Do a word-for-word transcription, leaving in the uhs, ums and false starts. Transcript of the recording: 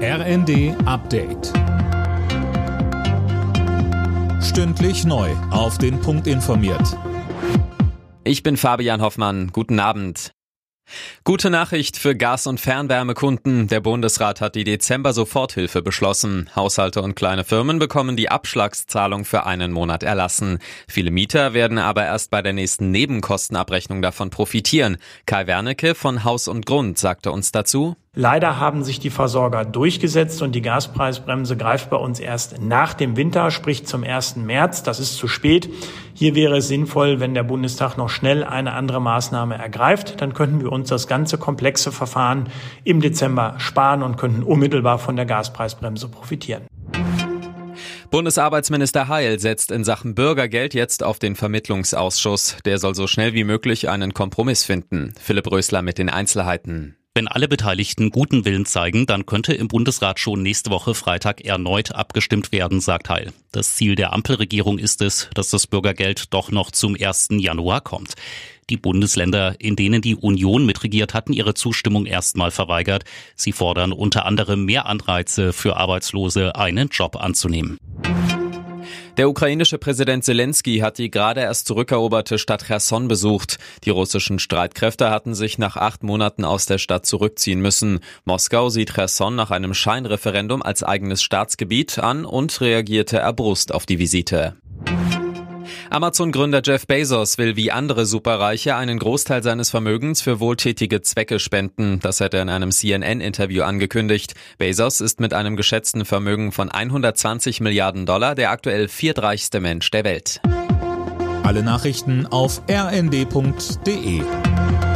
R N D Update. Stündlich neu auf den Punkt informiert. Ich bin Fabian Hoffmann. Guten Abend. Gute Nachricht für Gas- und Fernwärmekunden. Der Bundesrat hat die Dezember-Soforthilfe beschlossen. Haushalte und kleine Firmen bekommen die Abschlagszahlung für einen Monat erlassen. Viele Mieter werden aber erst bei der nächsten Nebenkostenabrechnung davon profitieren. Kai Wernicke von Haus und Grund sagte uns dazu: Leider haben sich die Versorger durchgesetzt und die Gaspreisbremse greift bei uns erst nach dem Winter, sprich zum ersten März. Das ist zu spät. Hier wäre es sinnvoll, wenn der Bundestag noch schnell eine andere Maßnahme ergreift. Dann könnten wir uns das ganze komplexe Verfahren im Dezember sparen und könnten unmittelbar von der Gaspreisbremse profitieren. Bundesarbeitsminister Heil setzt in Sachen Bürgergeld jetzt auf den Vermittlungsausschuss. Der soll so schnell wie möglich einen Kompromiss finden. Philipp Rösler mit den Einzelheiten. Wenn alle Beteiligten guten Willen zeigen, dann könnte im Bundesrat schon nächste Woche Freitag erneut abgestimmt werden, sagt Heil. Das Ziel der Ampelregierung ist es, dass das Bürgergeld doch noch zum ersten Januar kommt. Die Bundesländer, in denen die Union mitregiert, hatten ihre Zustimmung erstmal verweigert. Sie fordern unter anderem mehr Anreize für Arbeitslose, einen Job anzunehmen. Der ukrainische Präsident Zelensky hat die gerade erst zurückeroberte Stadt Cherson besucht. Die russischen Streitkräfte hatten sich nach acht Monaten aus der Stadt zurückziehen müssen. Moskau sieht Cherson nach einem Scheinreferendum als eigenes Staatsgebiet an und reagierte erbost auf die Visite. Amazon-Gründer Jeff Bezos will wie andere Superreiche einen Großteil seines Vermögens für wohltätige Zwecke spenden. Das hat er in einem C N N-Interview angekündigt. Bezos ist mit einem geschätzten Vermögen von hundertzwanzig Milliarden Dollar der aktuell viertreichste Mensch der Welt. Alle Nachrichten auf r n d punkt d e.